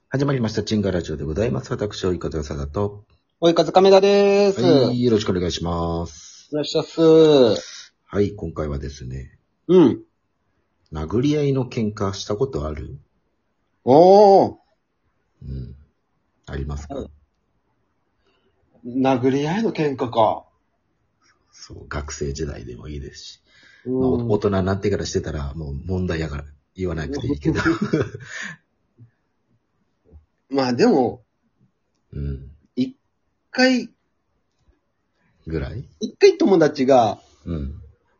始まりました、チンガラジオでございます。私、及川さだと。 追い風亀田でーす。 はい、よろしくお願いします。 お願いします。 はい、今回はですね、 うん。 殴り合いの喧嘩したことある？ おー。 うん。ありますか？ 殴り合いの喧嘩か。 そう、学生時代でもいいですし。 うん。 まあ、大人になってからしてたら、もう問題やから言わなくていいけど。 まあでも、 うん。 一回ぐらい？ 友達が、 うん。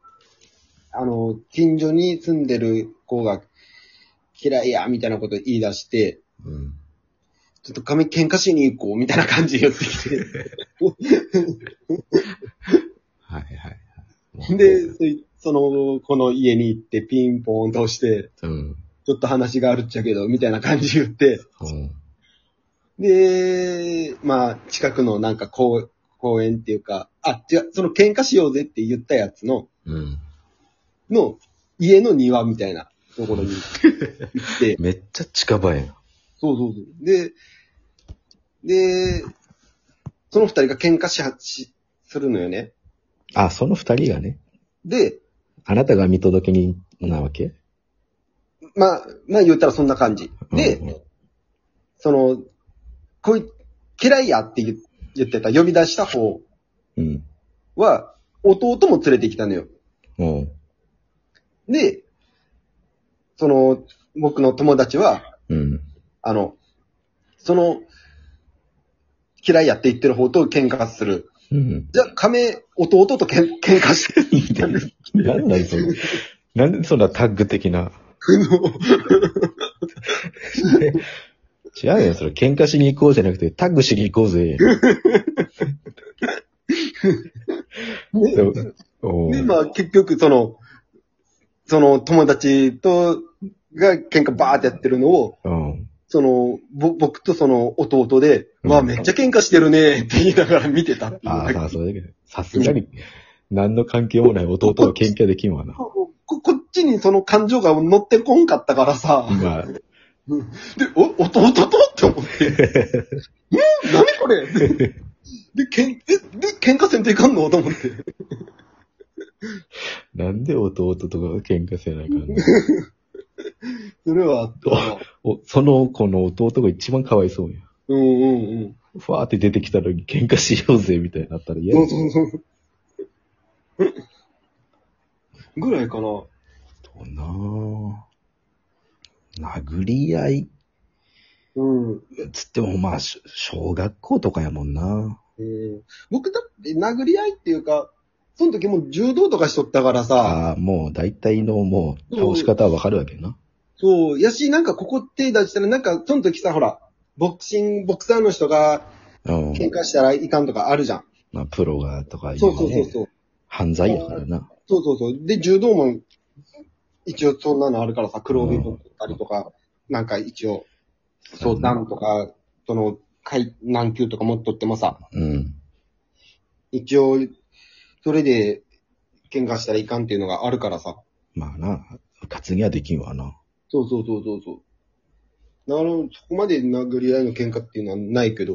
近所に住んでる子が嫌いや、みたいなこと言い出して、 うん。 ちょっと喧嘩しに行こう、みたいな感じで言ってきて。 はいはいはい。 で、その子の家に行ってピンポーンと押して、 うん。 ちょっと話があるっちゃけど、みたいな感じで言って、 うん。 で、まあ、近くのなんか公園っていうか、違う、その喧嘩しようぜって言ったやつのうん。 家の庭みたいなところに行って、 めっちゃ近場やん。 そうそうそう。で、その二人が喧嘩するのよね。 あ、その二人がね。 で、 あなたが見届け人なわけ？ まあ言ったらそんな感じ。で、 うん、 嫌いやって言ってた、呼び出した方うん。 は、弟も連れてきたのよ。 うん。 で、僕の友達は、 うん。 嫌いやって言ってる方と喧嘩する。 うん。 じゃあ、弟と喧嘩してる。 なんだそれ。なんでそんなタッグ的な。違うよ、それ。喧嘩しに行こうじゃなくて、タッグしに行こうぜ。 で、まあ、結局、その友達が喧嘩バーってやってるのを、 うん。 僕とその弟で、わ、めっちゃ喧嘩してるねって言いながら見てたっていう。 ああ、それだけど。さすがに、何の関係もない弟と喧嘩できんわな。 こっちにその感情が乗ってこんかったからさ。 まあ。 で、弟とって思って。何これで、喧嘩せんといかんのと思って。 なんで弟とかが喧嘩せなあかんの？ それはあったわ。 その子の弟が一番かわいそうや。 うんうんうん。 ふわーって出てきたのに喧嘩しようぜみたいになったら嫌や。 そうぐらいかな。 どうなぁ。殴り合い。 うん。 つってもまあ、小学校とかやもんな。 僕だって殴り合いっていうか、その時もう柔道とかしとったからさ。 ああ、もう大体のもう倒し方はわかるわけな。 そう。やし、なんかここ手出したら、なんかその時さ、ほら、ボクサーの人が喧嘩したらいかんとかあるじゃん。 まあ、プロがとかいう、ね。 そう。 犯罪やからな。 そう。で、柔道も一応そんなのあるからさ、黒帯取ったりとか、なんか一応、段とか、何級とか持っとってもさ、 うん。一応、それで喧嘩したらいかんっていうのがあるからさ。 まあな、担ぎはできんわな。 そう。だから、そこまで殴り合いの喧嘩っていうのはないけど。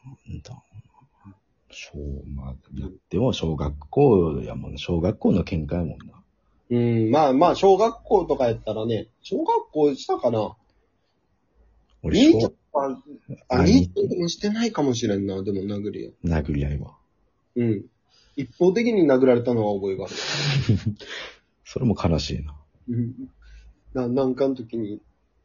まあ、でも小学校やもんな。小学校の喧嘩やもんな。 まあ、小学校とかやったらね、小学校したかな。 俺兄ちゃんは、兄ちゃんでもしてないかもしれんな、でも殴り合い。 殴り合いは。 うん。一方的に殴られたのは覚えがある。 それも悲しいな。 なんかの時に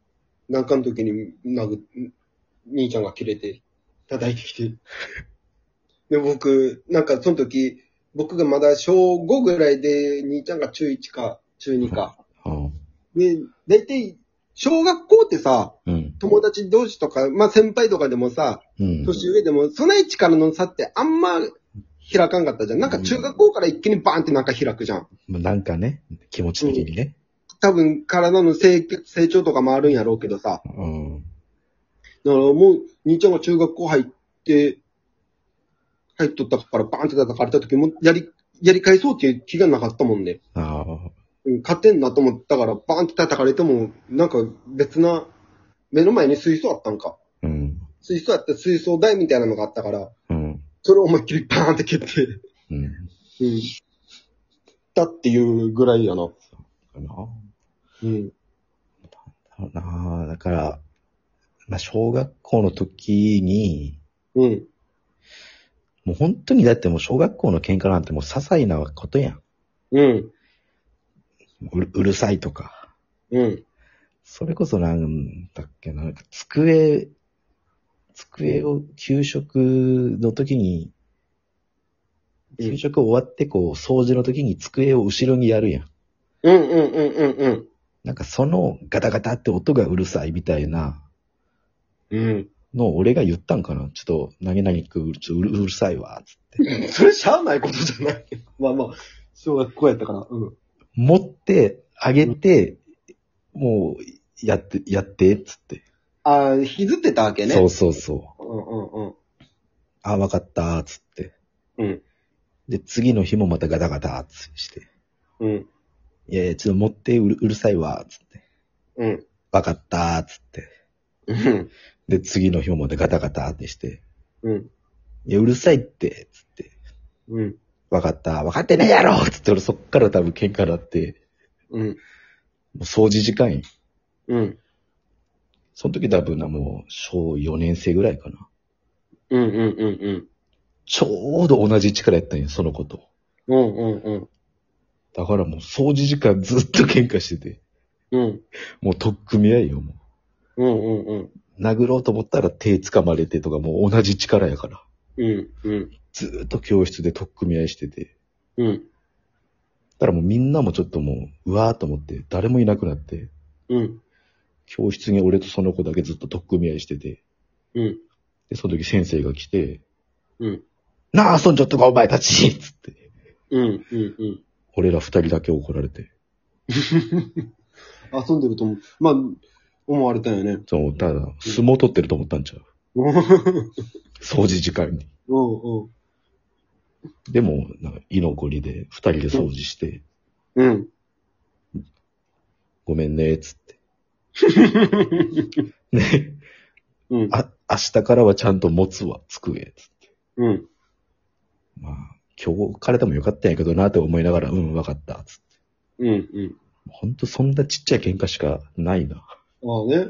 兄ちゃんが切れて、叩いてきて。で、僕、なんかその時、僕がまだ小5ぐらいで、兄ちゃんが中1か、中2か。で、だいたい、小学校ってさ、友達同士とか、まあ先輩とかでもさ、年上でも、そない力の差ってあんま開かんかったじゃん。なんか中学校から一気にバーンってなんか開くじゃん。 なんかね、気持ち的にね。 多分体の成長とかもあるんやろうけどさ。だからもう、兄ちゃんが中学校入っとったからバーンって叩かれた時も、やり返そうっていう気がなかったもんね。勝てんなと思ったから、バーンって叩かれても、なんか別な、目の前に水槽あったんか。 水槽やったら水槽台みたいなのがあったから、 うん。 それを思いっきりパーンって蹴って、 うん。 だっていうぐらいやな。 かな。 うん。 だから、まあ、小学校の時に、 うん。 もう本当にだってもう小学校の喧嘩なんてもう些細なことやん。 うん。 うるさいとか。 うん。 それこそなんだっけな、机を給食の時に、給食終わってこう掃除の時に机を後ろにやるやん。 うんうんうんうんうん。 なんかそのガタガタって音がうるさいみたいなうん。 のを俺が言ったんかな。ちょっと何々くうるさいわ、つって。 それしゃあないことじゃない。まあまあ、小学校やったから。うん。 持ってあげて、もうやって、つって。 ああ、引きずってたわけね。 そうそうそう。 うんうんうん。 あ、わかった、つって。 うん。 で、次の日もまたガタガタして。 うん。 いやいや、ちょっと持ってうるさいわ、つって。 うん。 わかった、つって。 うん。 で、次の日もまたガタガタってして。 うん。 いや、うるさいって、つって。 うん。 わかった、わかってねえやろつって俺そっから多分喧嘩なって、 うん。 もう掃除時間や。 うん。 その時多分な、もう小4年生ぐらいかな。 うんうんうんうん。 ちょうど同じ力やったんよ、その子と。 うんうんうん。 だからもう掃除時間ずっと喧嘩してて。 うん。 もう取っ組み合いよ、もうんうんうん。 う。殴ろうと思ったら手掴まれてとかもう同じ力やから。 うんうん。 ずーっと教室で取っ組み合いしてて。 うん。 だからもうみんなもちょっともう、うわーと思って誰もいなくなって。 うん。 教室に俺とその子だけずっと取っ組み合いしてて。 うん。 で、その時先生が来て、 うん。 なあ、遊んじゃっとかお前たちつって。 うんうんうん。 俺ら二人だけ怒られて。 遊んでると思う。まあ、思われたよね。 そう、ただ、相撲取ってると思ったんちゃう。 うん掃除時間に。 うん。 でも、なんか、居残りで二人で掃除して、 うん。 ごめんね、つって。ね、 うん。 明日からはちゃんと持つわ、机、つって。 うん。 まあ、今日からでもよかったんやけどなって思いながら、わかった、つって。 うん。 ほんとそんなちっちゃい喧嘩しかないな。 ああね。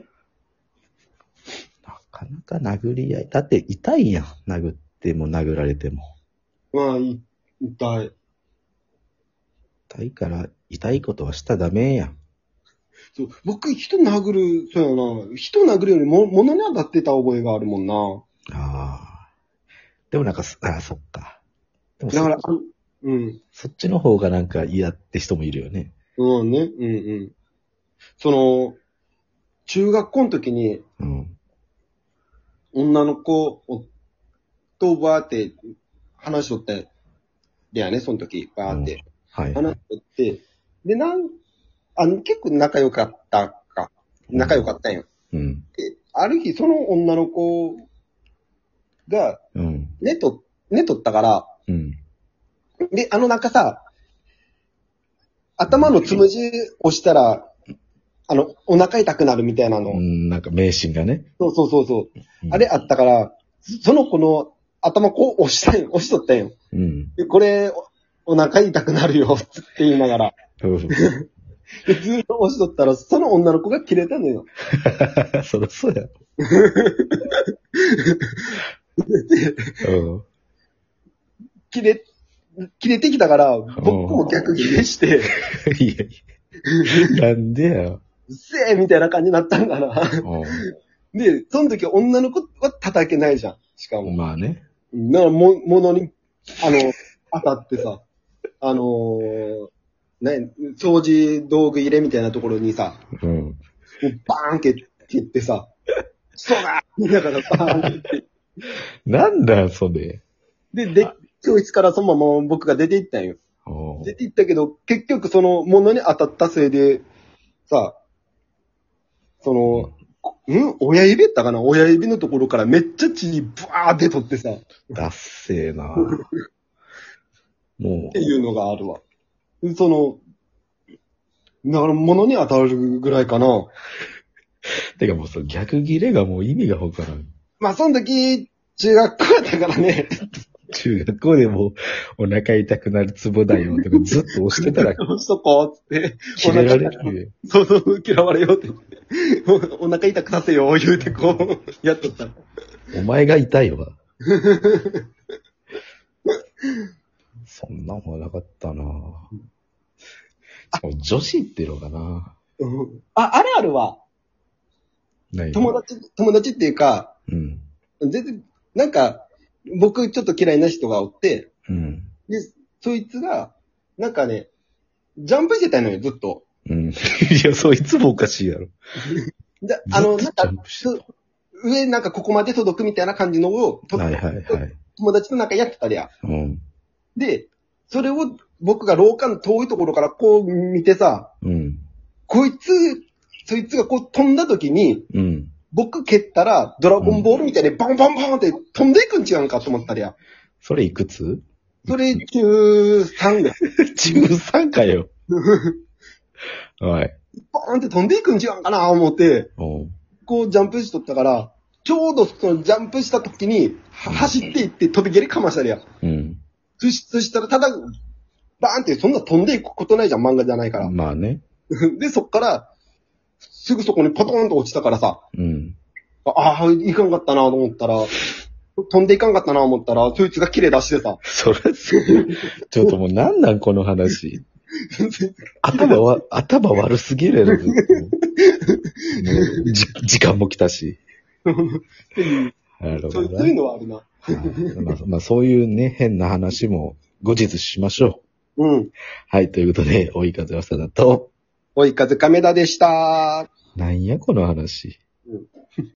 なかなか殴り合い。だって痛いやん。殴っても殴られても。 まあ、痛い。 痛いから、痛いことはしたらダメやん。 そう、僕、人殴る、そうやな。人殴るよりも、物に当たってた覚えがあるもんな。 ああ。でもなんか、そっか。でもだから、うん。 そっちの方がなんか嫌って人もいるよね。 うんね。うんうん。その、中学校の時に、 うん。 女の子とバーって話しとったでやね、その時、バーって。 はい。 話しとって、で、結構仲良かったか。仲良かったんよ。 うん。 で、ある日、その女の子が、 うん。 寝とったから、 うん。 で、なんかさ、頭のつむじ押したら、お腹痛くなるみたいなの。 なんか迷信がね。 そう。 うんあれあったから、その子の頭こう押しとったんよ。 うん。 で、これ、お腹痛くなるよ、って言いながら。で、ずーっと押しとったら、その女の子が切れたのよ。 そりゃそうや。うん。 切れてきたから、僕も逆切れして、 いやいや。なんでや。 うっせーみたいな感じになったんかな。で、その時女の子は叩けないじゃん。しかも。 まあね。 だから物に、当たってさ、掃除道具入れみたいなところにさ、 うん。 もうバーン蹴ってさ、そうだだからバーンって。 なんだ、それ。 で、教室からそのまま僕が出て行ったんよ。出て行ったけど、結局その物に当たったせいで、さ、親指やったかな親指のところからめっちゃ血ブワーって取ってさ。 ダッセーな。もっていうのがあるわ。だから物に当たるぐらいかな。 てかもう逆ギレがもう意味がわからん。 まあ、その時、中学校やったからね。 中学校でもお腹痛くなるツボだよとかずっと押してたらどうしとこうっつって。 切れられるよ。 そうそう、嫌われよって言って。お腹痛くさせよ、言うてこう、やっとった。 お前が痛いわ。そんなもんなかったなぁ。女子っていうのかな。 あれあるわ。 何？ 友達っていうか、 うん。 全然、なんか、僕ちょっと嫌いな人がおって、 うん。 で、そいつが、なんかね、ジャンプしてたのよ、ずっと。 うん。いや、そう、いつもおかしいやろ。 で、 なんか、 上なんかここまで届くみたいな感じのを、 はいはいはい。 友達となんかやってたりや。 うん。 で、それを僕が廊下の遠いところからこう見てさ、 うん。 そいつがこう飛んだ時に、 うん。 僕蹴ったらドラゴンボールみたいにバンバンバンって飛んでいくん違うんかと思ったりや。 それいくつ？ それ中3で。 中3かよ。はい。 バーンって飛んでいくん違うんかな思って、こうジャンプしとったから、ちょうどそのジャンプした時に、走っていって飛び蹴りかましたりや。 うん。 そしたらただ、バーンってそんな飛んでいくことないじゃん、漫画じゃないから。 まあね。 で、そっから、すぐそこにポトンと落ちたからさ、 うん。 ああ、いかんかったなと思ったら、飛んでいかんかったなと思ったら、そいつがキレ出してさ。 それ、ちょっともうなんなんこの話。頭悪すぎるやろ、ずっと。もう時間も来たし。 そういうのはあるな。 まあ、そういうね、変な話も後日しましょう。うん。 はい、ということで、追い風わさだと、 追い風亀田でした。 なんやこの話。 うん